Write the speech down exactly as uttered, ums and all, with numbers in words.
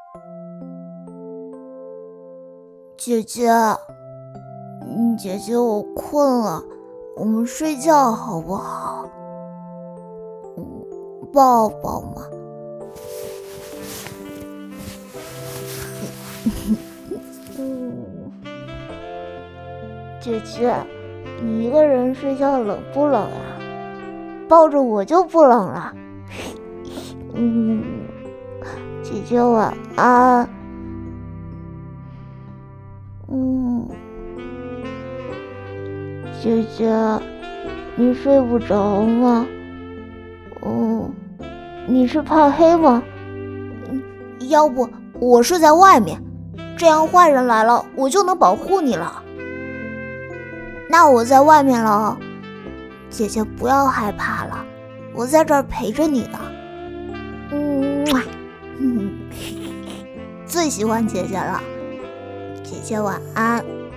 姐姐，嗯，姐姐，我困了，我们睡觉好不好？嗯，抱抱嘛。嗯，姐姐，你一个人睡觉冷不冷啊？抱着我就不冷了。嗯，姐姐晚安。嗯，姐姐，你睡不着吗？嗯，你是怕黑吗？嗯，要不我睡在外面，这样坏人来了，我就能保护你了。那我在外面了，姐姐不要害怕了，我在这儿陪着你呢。嗯，最喜欢姐姐了，姐姐晚安。